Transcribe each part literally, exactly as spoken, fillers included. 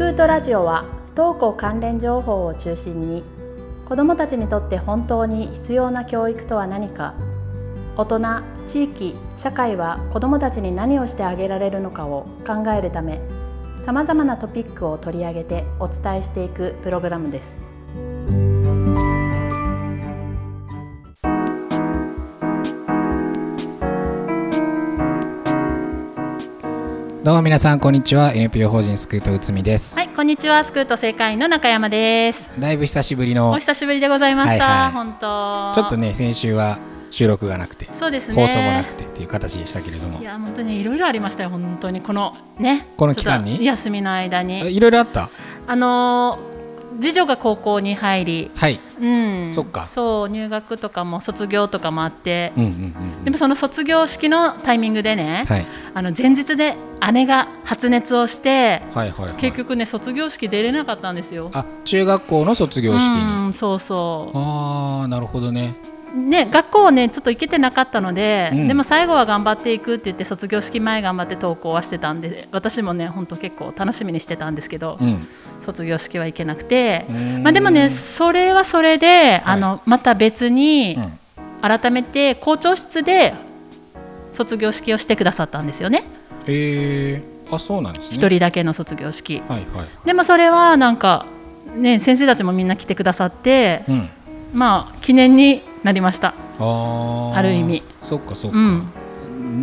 クートラジオは不登校関連情報を中心に子どもたちにとって本当に必要な教育とは何か、大人、地域、社会は子どもたちに何をしてあげられるのかを考えるため、さまざまなトピックを取り上げてお伝えしていくプログラムです。 どうも皆さんこんにちは。 エヌピーオー 法人スクートうつみです。 はい、こんにちは。スクート正会員の中山です。 だいぶ久しぶりのお久しぶりでございました、 はいはい、 本当ちょっとね先週は収録がなくて、 そうですね、 放送もなくてっていう形でしたけれども、 いや本当にいろいろありましたよ。本当にこのねこの期間に休みの間にいろいろあった。 あのー次女が高校に入り、 はい、 うん、 そっか、 そう入学とかも卒業とかもあって、 うんうんうんうん、 でもその卒業式のタイミングでね、はい、あの前日で姉が発熱をして、はいはいはい、結局ね卒業式出れなかったんですよ。 あ、中学校の卒業式に、 うん、そうそう、 あーなるほどね。 ね、学校ねちょっと行けてなかったので、うん、でも最後は頑張っていくって言って卒業式前頑張って登校はしてたんで、私もね本当結構楽しみにしてたんですけど、うん、卒業式は行けなくて、まあ、でもねそれはそれで、はい、あのまた別に改めて校長室で卒業式をしてくださったんですよね。 えー、あ、そうなんですね。 一人だけの卒業式、 はいはい、 でもそれはなんか、ね、先生たちもみんな来てくださって、うん、まあ記念になりました。 あ, ある意味そっかそっか、うん、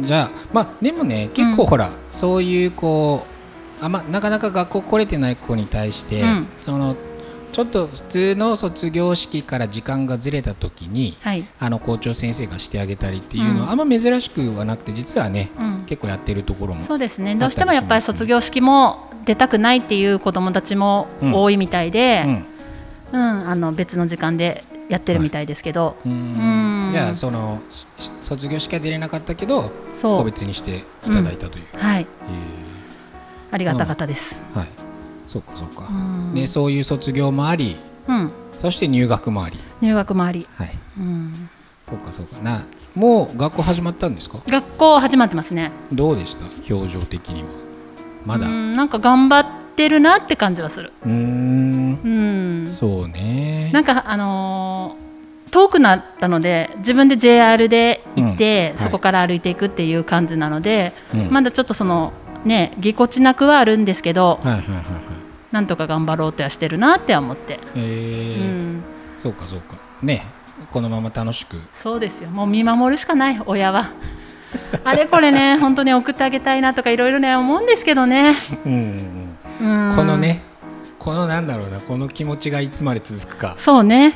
じゃあまあでもね結構ほら、うん、そういうこうあ、ま、なかなか学校来れてない子に対して、うん、そのちょっと普通の卒業式から時間がずれた時に、はい、あの校長先生がしてあげたりっていうのは、うん、あんま珍しくはなくて、実はね、うん、結構やってるところも、 そうですね、どうしてもやっぱり卒業式も出たくないっていう子どもたちも多いみたいで、うんうん、あの別の時間でやってるみたいですけど、はい、うんうん、 じゃあその卒業式は出れなかったけど個別にしていただいたという、うん、 はい、えー、ありがたかったです、 うん、はい、そうかそうか、うん、でそういう卒業もあり、うん、そして入学もあり入学もあり、 はい、うん、そうかそうかな。もう学校始まったんですか？ 学校始まってますね。 どうでした？表情的にはまだ、うん、 なんか頑張ってるなって感じはする。うーん、うん、そうね。 なんかあのー、遠くなったので自分で ジェイアール で行って、うん、そこから歩いていくっていう感じなので、はい、まだちょっとそのねぎこちなくはあるんですけど、はいはいはいはい、なんとか頑張ろうとはしてるなって思って、 えーうん、そうかそうかね、このまま楽しく。そうですよ、もう見守るしかない親はあれこれね本当に送ってあげたいなとかいろいろね思うんですけどねうんうん、うん、このねこのなんだろうな、この気持ちがいつまで続くか。 そうね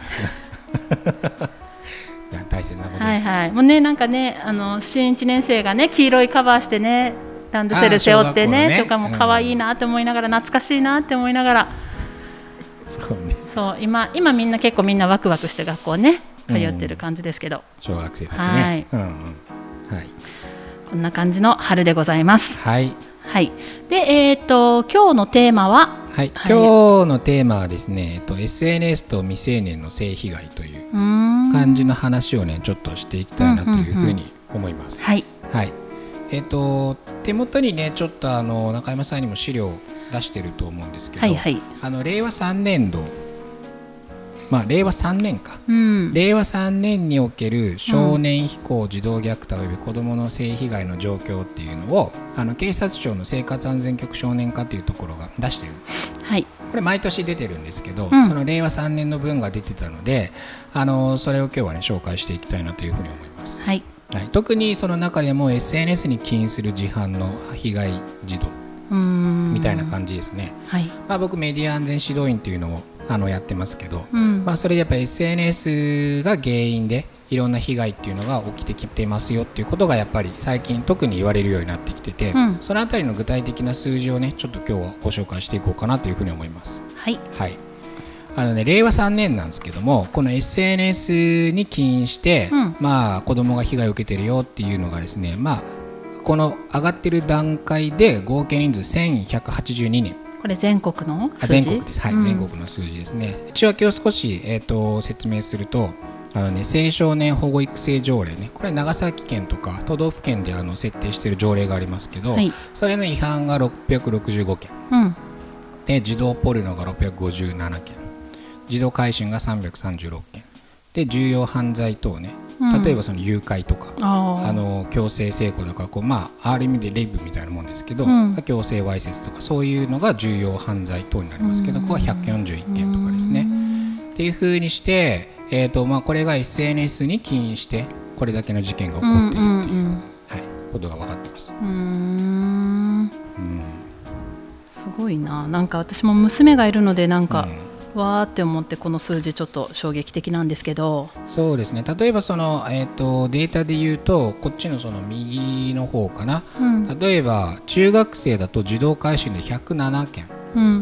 大切なことです。 はいはい、もうねなんかねあの新いちねん生がね黄色いカバーしてねランドセル背負ってね、ねとかも可愛いなって思いながら、うん、懐かしいなって思いながら、 そうね、 そう今今みんな結構みんなワクワクして学校ね通ってる感じですけど、うん、 小学生たちね、はい、うんうん、はい、 こんな感じの春でございます。 はい、 はい、で、えー、と今日のテーマは、 はいはい、今日のテーマはですね、えっと、エスエヌエス と未成年の性被害という感じの話をねちょっとしていきたいなというふうに思います。はい、はい、えっと、手元にねちょっとあの中山さんにも資料を出してると思うんですけど、はいはい、あの令和さんねん度、まあ、令和さんねんか、うん、令和さんねんにおける少年非行児童虐待および子どもの性被害の状況っていうのをあの警察庁の生活安全局少年課というところが出してる、はい、これ毎年出てるんですけど、うん、その令和さんねんの分が出てたので、あのそれを今日はね紹介していきたいなというふうに思います。はいはい、特にその中でも エスエヌエス に起因する事犯の被害児童みたいな感じですね。はい、まあ、僕メディア安全指導員というのをあのやってますけど、うん、まあ、それでやっぱり エスエヌエス が原因でいろんな被害っていうのが起きてきてますよっていうことがやっぱり最近特に言われるようになってきてて、うん、そのあたりの具体的な数字をねちょっと今日はご紹介していこうかなというふうに思います。はい、はい、あのね、令和さんねんなんですけども、この エスエヌエス に起因して、うん、まあ、子どもが被害を受けてるよっていうのがですね、まあ、この上がってる段階で合計人数せんひゃくはちじゅうににん。 これ全国の数字？ 全国です、はい、うん、全国の数字ですね。内訳を少し、えー、と説明すると、あの、ね、青少年保護育成条例ね、これ長崎県とか都道府県であの設定している条例がありますけど、はい、それの違反がろっぴゃくろくじゅうごけん、うん、 で児童ポルノがろっぴゃくごじゅうななけん、児童買春がさんびゃくさんじゅうろっけんで、重要犯罪等ね、例えばその誘拐とか、うん、あの強制性交とかこう、まあ、ある意味でレイプみたいなもんですけど、うん、強制わいせつとかそういうのが重要犯罪等になりますけど、ここはひゃくよんじゅういっけんとかですね、っていう風にして、えーとまあ、これが エスエヌエス に起因してこれだけの事件が起こっているっていう、うんうんうん、はい、ことが分かってます。うーん、うん、 すごいな。なんか私も娘がいるのでなんか、うん、わーって思ってこの数字ちょっと衝撃的なんですけど。 そうですね、例えばその、えーと、データで言うとこっちのその右の方かな、うん、例えば中学生だと児童買春でひゃくななけん、うんうんうん、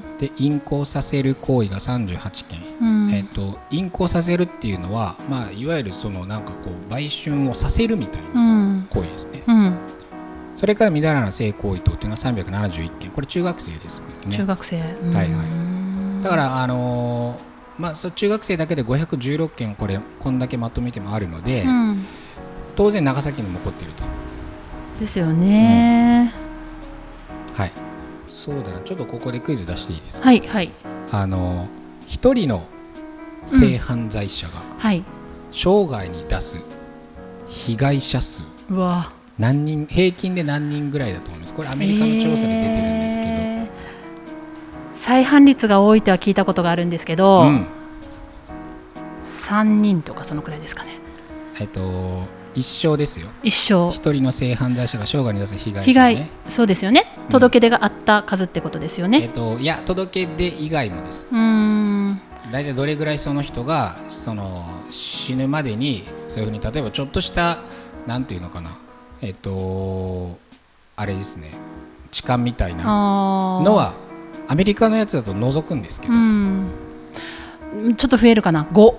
で淫行させる行為がさんじゅうはちけん、うん、えーと、淫行させるっていうのは、まあ、いわゆるそのなんかこう売春をさせるみたいな行為ですね、うんうん、それからみだらな性行為等っていうのはさんびゃくななじゅういっけん、これ中学生ですね。 中学生、はいはい、だからあのーまあ、そ中学生だけでごひゃくじゅうろっけんこれこんだけまとめてもあるので、うん、当然長崎にも起こっているとですよね、 うん、はい、そうだな、ちょっとここでクイズ出していいですか。 はいはい。 あの一人の性犯罪者が生涯に出す被害者数、うん、うわ、何人、平均で何人ぐらいだと思います。これアメリカの調査で出てるんですけど、えー、 再犯率が多いとは聞いたことがあるんですけど、うん、さんにんとかそのくらいですかね。 えっと一生ですよ。 一生。 一人の性犯罪者が生涯に出す被害者、ね、 被害、そうですよね。届け出があった数ってことですよね。 うん、えっと、いや、届け出以外もです。うーん、だいたいどれぐらいその人がその死ぬまでにそういうふうに例えばちょっとしたなんていうのかな、えっとあれですね、痴漢みたいなのはアメリカのやつだと除くんですけど、うん、 ちょっと増えるかな、ご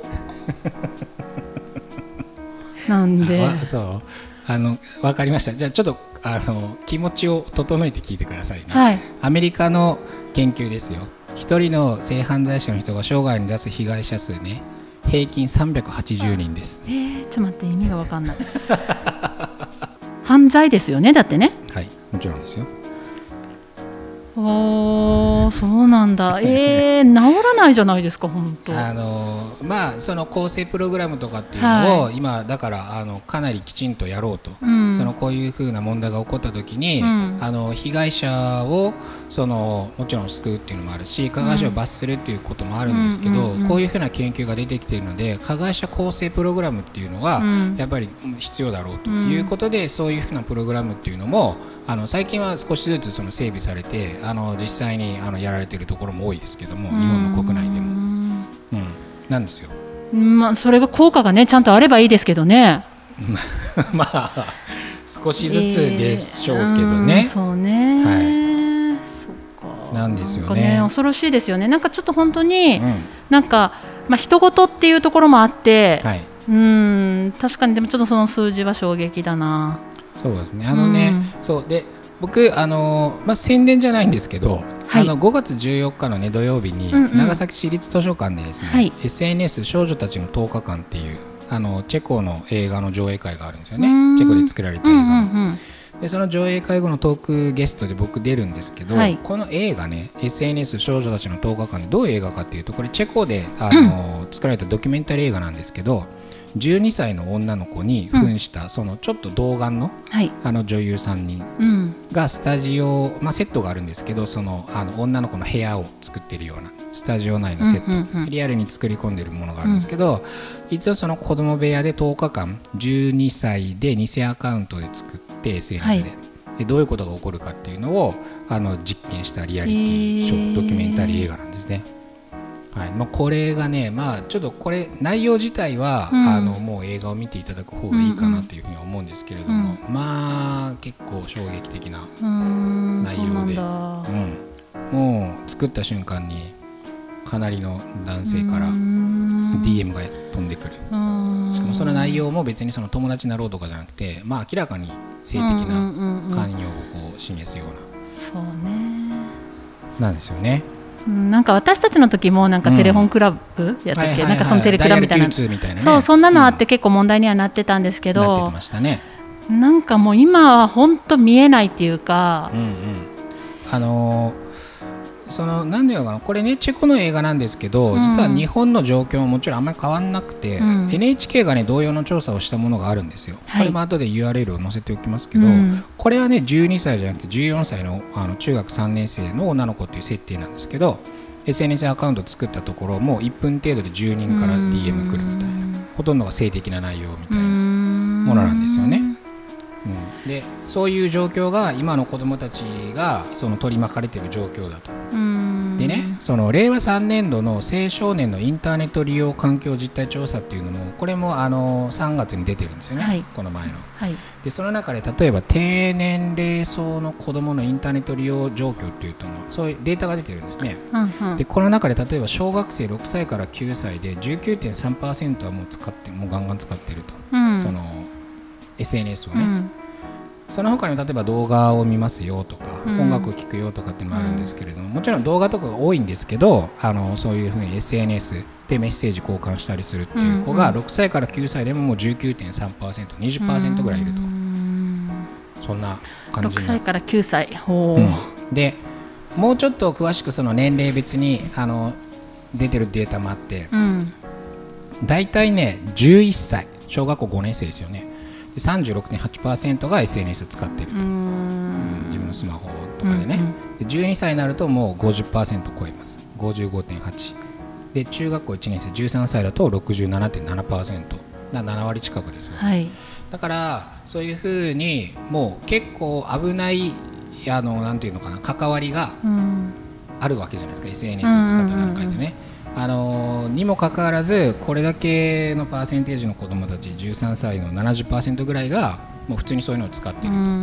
なんでそうあの分かりました。じゃあちょっとあの気持ちを整えて聞いてくださいね、 はい、 アメリカの研究ですよ。一人の性犯罪者の人が生涯に出す被害者数ね、平均さんびゃくはちじゅうにんです。 えー、ちょっと待って、意味が分かんない犯罪ですよね、だってね。 はい、もちろんですよ。 おー、そうなんだ。えー、治らないじゃないですか、本当。 あのまあその更生プログラムとかっていうのを、はい、今だからあのかなりきちんとやろうと、うん、そのこういうふうな問題が起こった時に、うん、あの被害者をそのもちろん救うっていうのもあるし、加害者を罰するっていうこともあるんですけど、うん、こういうふうな研究が出てきているので、加害者更生プログラムっていうのがやっぱり必要だろうということで、うん、そういうふうなプログラムっていうのもあの最近は少しずつその整備されて、あの実際にあのやられているところも多いですけども、日本の国内でも、うん、なんですよ。 まあ、それが効果がねちゃんとあればいいですけどねまあ少しずつでしょうけどね、えー、 そうね、はい、そっか、 なんですよね, ね恐ろしいですよね。なんかちょっと本当に、うん、なんか、まあ、人事っていうところもあって、はい、うん確かにでもちょっとその数字は衝撃だな。 そうですね、あのね、うん、そうで僕あの、まあ、宣伝じゃないんですけど、はい、あのごがつじゅうよっかの、ね、土曜日に、うんうん、長崎市立図書館でですね、はい、エスエヌエス 少女たちのとおかかんっていうあのチェコの映画の上映会があるんですよね。チェコで作られた映画の、うんうんうん、でその上映会後のトークゲストで僕出るんですけど、はい、この映画ね エスエヌエス 少女たちのとおかかんでどういう映画かっていうと、これチェコであの、うん、作られたドキュメンタリー映画なんですけど、じゅうにさいの女の子に扮した、うん、そのちょっと童顔の、はい、あの女優さんにんがスタジオ、まあ、セットがあるんですけど、その、あの女の子の部屋を作っているようなスタジオ内のセット、うんうんうん、リアルに作り込んでいるものがあるんですけど、うん、一応その子供部屋でとおかかんじゅうにさいで偽アカウントで作って エスエヌエス で、はい、でどういうことが起こるかっていうのをあの実験したリアリティショー、ドキュメンタリー映画なんですね。はい、まあ、これがね、まあ、ちょっとこれ内容自体は、うん、あのもう映画を見ていただく方がいいかなというふうに思うんですけれども、うん、まあ結構衝撃的な内容で、うん、もう作った瞬間にかなりの男性から ディーエム が飛んでくる。しかもその内容も別にその友達になろうとかじゃなくて、まあ、明らかに性的な関与をこう示すような、 そうね、 なんですよね。 なんか私たちの時もなんかテレホンクラブやったっけ、なんかそのテレクラみたいな、 みたいな、ね、 そうそんなのあって結構問題にはなってたんですけど、 なってましたね。 なんかもう今は本当見えないっていうか、うんうん、 あのー、 その何ていうのかな、これねチェコの映画なんですけど、うん、実は日本の状況ももちろんあんまり変わんなくて、うん、エヌエイチケー がね同様の調査をしたものがあるんですよ、はい、これも後で ユーアールエル を載せておきますけど、うん、これはねじゅうにさいじゃなくてじゅうよんさい の, あの中学さんねん生の女の子っていう設定なんですけど、 エスエヌエス アカウント作ったところもういっぷん程度でじゅうにんから ディーエム 来るみたいな、ほとんどが性的な内容みたいなものなんですよね。うん、でそういう状況が今の子どもたちがその取り巻かれている状況だと。でね、その令和さんねん度の青少年のインターネット利用環境実態調査っていうのもこれもあのさんがつに出てるんですよね、はい、この前の、はい、でその中で例えば低年齢層の子どものインターネット利用状況っていうとそういうデータが出てるんですね、うんうん、でこの中で例えば小学生ろくさいからきゅうさいで じゅうきゅうてんさんパーセント はもう使ってもうガンガン使ってると、うん、その エスエヌエス をね、うん、その他に例えば動画を見ますよとか、うん、音楽を聴くよとかっていうのもあるんですけれども、うん、もちろん動画とかが多いんですけど、あのそういうふうに エスエヌエス でメッセージ交換したりするっていう子がろくさいからきゅうさいでももう じゅうきゅうてんさんパーセント、にじゅっパーセント ぐらいいると、うん、そんな感じになる。ろくさいからきゅうさい、ほう、うん、でもうちょっと詳しくその年齢別にあの出てるデータもあって、うん、だいたいねじゅういっさい、小学校ごねん生ですよね、さんじゅうろくてんはちパーセント が エスエヌエス 使っていると、うん、自分のスマホとかでね、うん、でじゅうにさいになるともう ごじゅっパーセント 超えます。 ごじゅうごてんはち で中学校いちねん生じゅうさんさいだと ろくじゅうななてんななパーセント、ななわり近くですよ、はい、だからそういうふうにもう結構危ないあのなんていうのかな関わりがあるわけじゃないですか、うん、エスエヌエス を使った段階でね、あのにもかかわらずこれだけのパーセンテージの子どもたちじゅうさんさいの ななじゅっパーセント ぐらいがもう普通にそういうのを使っていると。うーん、うん、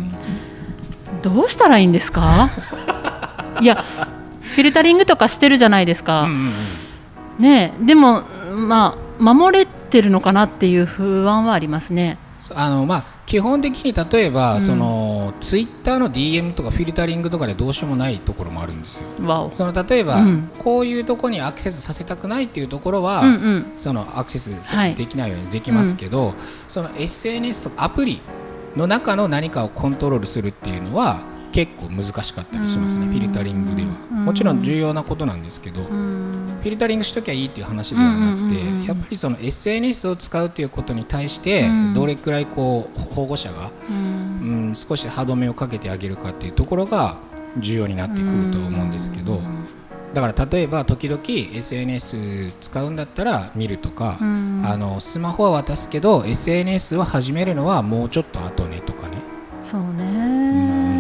どうしたらいいんですかいやフィルタリングとかしてるじゃないですか、うんうんうん、ね、でも、まあ、守れてるのかなっていう不安はありますね。 あの、まあ、基本的に例えば、うん、そのツイッターの ディーエム とかフィルタリングとかでどうしようもないところもあるんですよ。わお。その例えば、うん、こういうところにアクセスさせたくないっていうところは、うんうん、そのアクセスできないようにできますけど、はい、うん、その エスエヌエス とかアプリの中の何かをコントロールするっていうのは結構難しかったりしますね、フィルタリングでは。もちろん重要なことなんですけど、フィルタリングしときゃいいっていう話ではなくて、やっぱりその エスエヌエス を使うということに対してどれくらいこう保護者が、うん、少し歯止めをかけてあげるかっていうところが重要になってくると思うんですけど、だから例えば時々 エスエヌエス 使うんだったら見るとか、あのスマホは渡すけど エスエヌエス を始めるのはもうちょっと後ねとかね。 そうね、うん、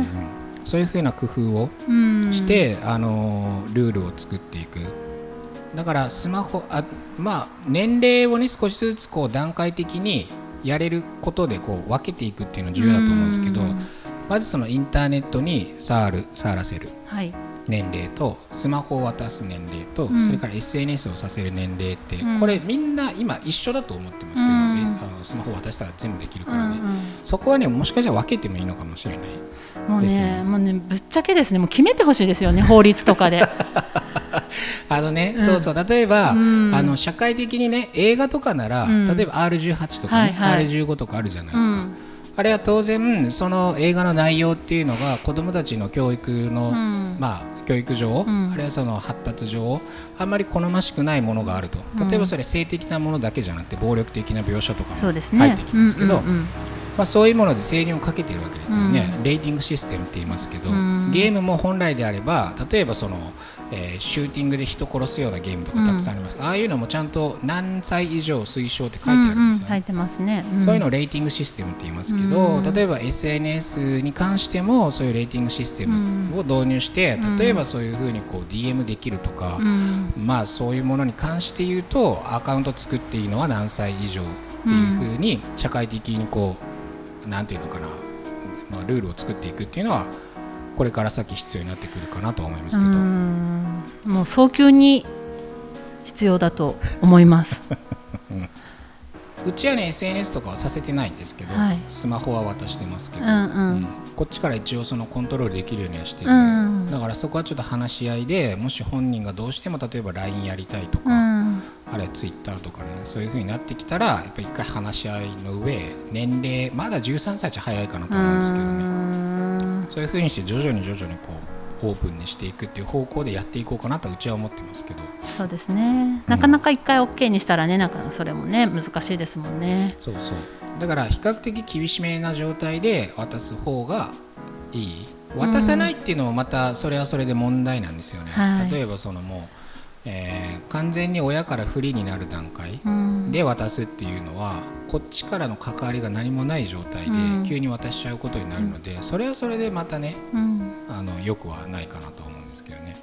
そういうふうな工夫をして、あのルールを作っていく。だからスマホあ、まあ、年齢を、ね、少しずつこう段階的にやれることでこう分けていくっていうのは重要だと思うんですけど、まずそのインターネットに触る触らせる年齢と、スマホを渡す年齢と、それから エスエヌエス をさせる年齢って、これみんな今一緒だと思ってますけど、あのスマホを渡したら全部できるからね、そこはねもしかしたら分けてもいいのかもしれない。 もうね、もうねぶっちゃけですね、もう決めてほしいですよね、法律とかであのね、うん、そうそう例えば、うん、あの社会的にね映画とかなら、うん、例えば アールじゅうはち とか、ね、はいはい、アールじゅうご とかあるじゃないですか、うん、あれは当然その映画の内容っていうのが子どもたちの教育の、うん、まあ教育上、うん、あるいはその発達上あんまり好ましくないものがあると、例えばそれ性的なものだけじゃなくて暴力的な描写とかも入ってきますけど、まあ、そういうもので制限をかけているわけですよね、うん、レーティングシステムって言いますけど、うん、ゲームも本来であれば例えばその、えー、シューティングで人殺すようなゲームとかたくさんあります、うん、ああいうのもちゃんと何歳以上推奨って書いてあるんですよね、うんうん、 書いてますね、 うん、そういうのをレーティングシステムって言いますけど、うん、例えば エスエヌエス に関してもそういうレーティングシステムを導入して、うん、例えばそういうふうにこう ディーエム できるとか、うん、まあそういうものに関して言うとアカウント作っていいのは何歳以上っていうふうに社会的にこうなんていうのかな、まあ、ルールを作っていくっていうのはこれから先必要になってくるかなと思いますけど、うーん、もう早急に必要だと思います、 うん、うちはね エスエヌエス とかはさせてないんですけど、はい、スマホは渡してますけど、うんうんうん、こっちから一応そのコントロールできるようにはしてる、うんうん、だからそこはちょっと話し合いで、もし本人がどうしても例えば ライン やりたいとか、うん、あるいは ツイッター とかね、そういう風になってきたらやっぱり一回話し合いの上、年齢まだじゅうさんさいじゃ早いかなと思うんですけどね、うん、そういう風にして徐々に徐々にこうオープンにしていくっていう方向でやっていこうかなとうちは思ってますけど。 そうですね、なかなか一回 オーケー にしたらね、なんかそれもね難しいですもんね。 そうそう、だから比較的厳しめな状態で渡す方がいい。渡さないっていうのもまたそれはそれで問題なんですよね、はい、例えばそのもう、えー、完全に親から不利になる段階で渡すっていうのは、こっちからの関わりが何もない状態で急に渡しちゃうことになるので、それはそれでまたね、うん、あのよくはないかなと思うんですけどね。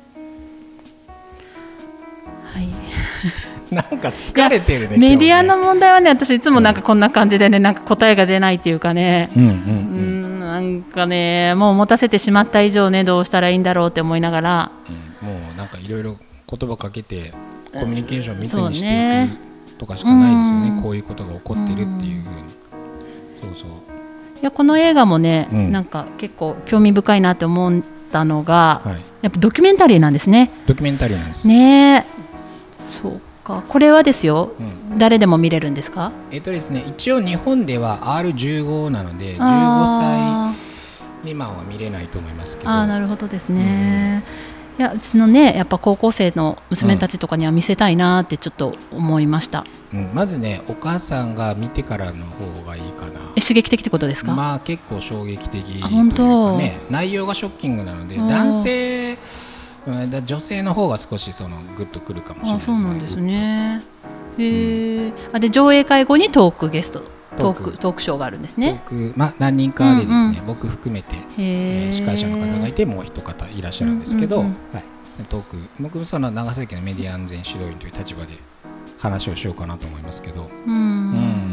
はい、 なんか疲れてるね。 メディアの問題はね、私いつもなんかこんな感じでね、なんか答えが出ないっていうかね、うんうんうん、なんかね、もう持たせてしまった以上ね、どうしたらいいんだろうって思いながら、 うん、もうなんかいろいろ言葉かけてコミュニケーション密にしていくとかしかないですよね、うん、こういうことが起こってるっていうふうに、うん、そうそう。 いや、この映画もね、うん、なんか結構興味深いなって思ったのが、はい、やっぱドキュメンタリーなんですね。 ドキュメンタリーなんですね。そうか、これはですよ、うん、誰でも見れるんですか？ えっとですね、一応日本では アールじゅうご なのでじゅうごさい未満は見れないと思いますけど。 あ、なるほどですね、うん、いや、うちのね、やっぱ高校生の娘たちとかには見せたいなってちょっと思いました、 うんうん、まずね、お母さんが見てからの方がいいかな。 え、刺激的ってことですか？ まあ結構衝撃的というかね、内容がショッキングなので、男性女性の方が少しそのグッとくるかもしれないですね。 あ、そうなんですね。へ、うん、あ、で上映会後にトークゲストトークトークショーがあるんですね。 トーク、まあ、何人かでですね、うんうん、僕含めて、えー、司会者の方がいてもう一方いらっしゃるんですけど、うんうんうん、はい、トーク、僕もその長崎のメディア安全指導員という立場で話をしようかなと思いますけど、うんうんうん、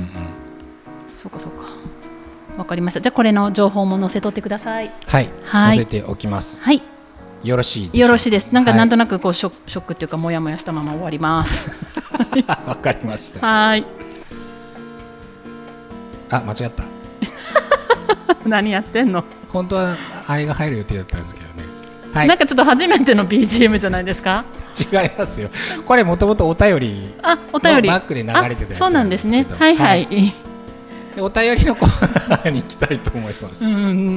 そうかそうか、わかりました。じゃあこれの情報も載せとってください。 はい、はい、載せておきます。 はい、 よろしいでしょうか？ よろしいです。なんかなんとなくこうショック、ショックっていうかモヤモヤしたまま終わります。 わかりました。 はい。 あ、間違った。 何やってんの？ 本当はあれが入る予定だったんですけどね。 はい。なんかちょっと初めての ビージーエム じゃないですか？ 違いますよ。これもともとお便りのバックで流れてたやつなんですけど。そうなんですね。 はいはい。はいお便りのコーナーに行きたいと思います。 うん、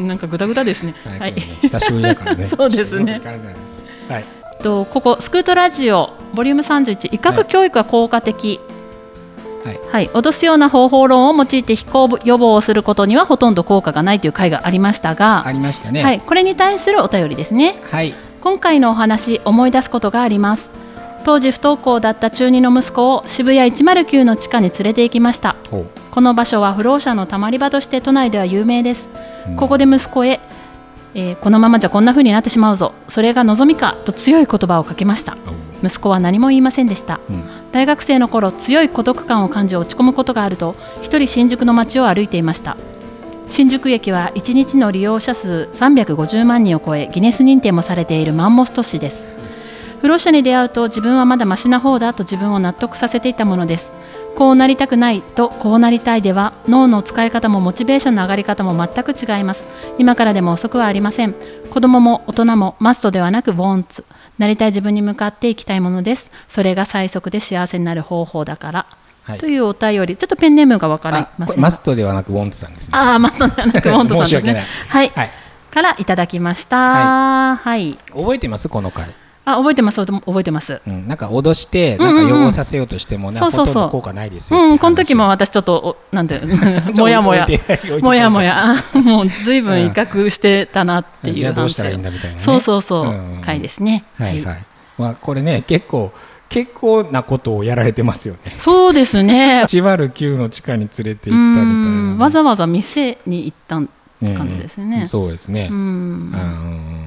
なんかグダグダですね。 はい、ね、久しぶりだからね。 そうですね。 はい。 とここスクートラジオボリュームさんじゅういち、威嚇教育は効果的。はい。はい、脅すような方法論を用いて非行予防をすることにはほとんど効果がないという回がありましたが。 ありましたね。 はい。これに対するお便りですね。 はい。 今回のお話、思い出すことがあります。当時不登校だった中にの息子を渋谷いちまるきゅうの地下に連れて行きました。この場所は不老者のたまり場として都内では有名です、うん、ここで息子へ、えー、このままじゃこんな風になってしまうぞ、それが望みかと強い言葉をかけました。息子は何も言いませんでした、うん、大学生の頃強い孤独感を感じ落ち込むことがあると一人新宿の街を歩いていました。新宿駅はいちにちの利用者数さんびゃくごじゅうまんにんを超えギネス認定もされているマンモス都市です。不老者に出会うと自分はまだマシな方だと自分を納得させていたものです。こうなりたくないとこうなりたいでは脳の使い方もモチベーションの上がり方も全く違います。今からでも遅くはありません。子供も大人もマストではなくウォンツ、なりたい自分に向かっていきたいものです。それが最速で幸せになる方法だから、はい、というお便り、ちょっとペンネームが分かりません。 マストではなくウォンツさんですね。 ああ、マストではなくウォンツさんですね。申し訳ない。はい、はい、からいただきました。はい。はい、 覚えてますこの回？ あ、覚えてます、覚えてます、 うん、なんか脅してなんか予防させようとしても、うんうん、ほとんど効果ないですよって、 うん、この時も私ちょっとなんてもやもやもやもやもうずいぶん威嚇してたなっていう、うん、 じゃあどうしたらいいんだみたいな、ね、 そうそうそう、うんうん、回ですね。 はいはい、まあ、これね結構結構なことをやられてますよね。 そうですね。いちまるきゅうの地下に連れて行ったみたいな、ね、 わざわざ店に行った感じですね、 うん、そうですね、うん、うん、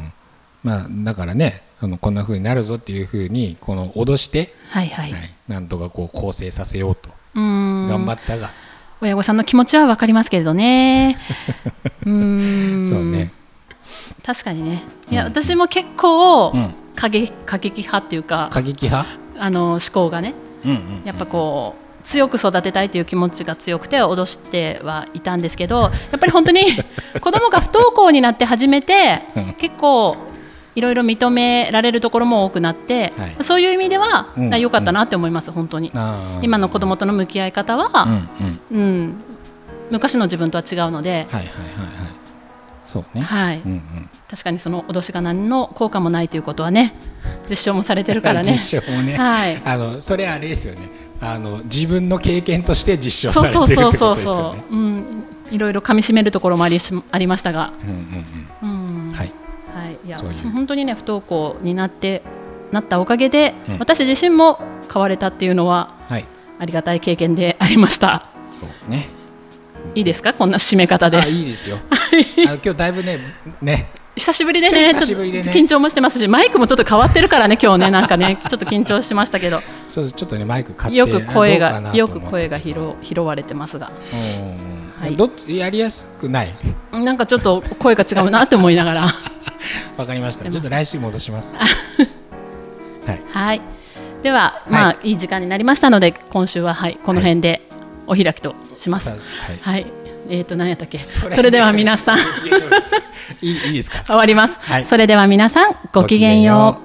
まあ、だからねあのこんな風になるぞっていう風にこの脅して、はいはいはい、なんとかこう構成させようと頑張ったが、 親御さんの気持ちは分かりますけれどね。うーん、そうね、確かにね。いや、うん、私も結構、うん、過激、過激派っていうか過激派あの思考がね、うんうんうん、やっぱこう強く育てたいという気持ちが強くて脅してはいたんですけど、やっぱり本当に子供が不登校になって初めて結構いろいろ認められるところも多くなって、はい、そういう意味では良、うん、かったなって思います、うん、本当に。今の子供との向き合い方は、うんうんうん、昔の自分とは違うので、はいはいはいはい、 そうね、 はい、うんうん、確かにその脅しが何の効果もないということはね、実証もされてるからね。 実証もね、はい、あのそれはあれですよね、あの自分の経験として実証されてるってことですよね。そうそうそうそう、うん、いろいろ噛み締めるところもありしありましたが、うんうんうん、はい、はい、いや、そういう本当にね、不登校になってなったおかげで、うん、私自身も変われたっていうのは、はい、ありがたい経験でありました。 そうね、 いいですか、こんな締め方で。 あ、いいですよ。あ、今日だいぶね、ね、 久しぶりでね、ちょっと緊張もしてますし、マイクもちょっと変わってるからね、今日ね、なんかね、ちょっと緊張しましたけど。 そう、ちょっとね、マイク買ってよく声がよく声が拾拾われてますが、 はい、どっちやりやすくない？ なんかちょっと声が違うなって思いながら。 わかりました。ちょっと来週戻します。はい。 はい。では、まあ、いい時間になりましたので、今週は、はい、この辺でお開きとします。はい。はい、えっと、何やったっけ。それ, それでは皆さん。 いい、いいですか。 終わります。 はい、 それでは皆さん、ごきげんよう。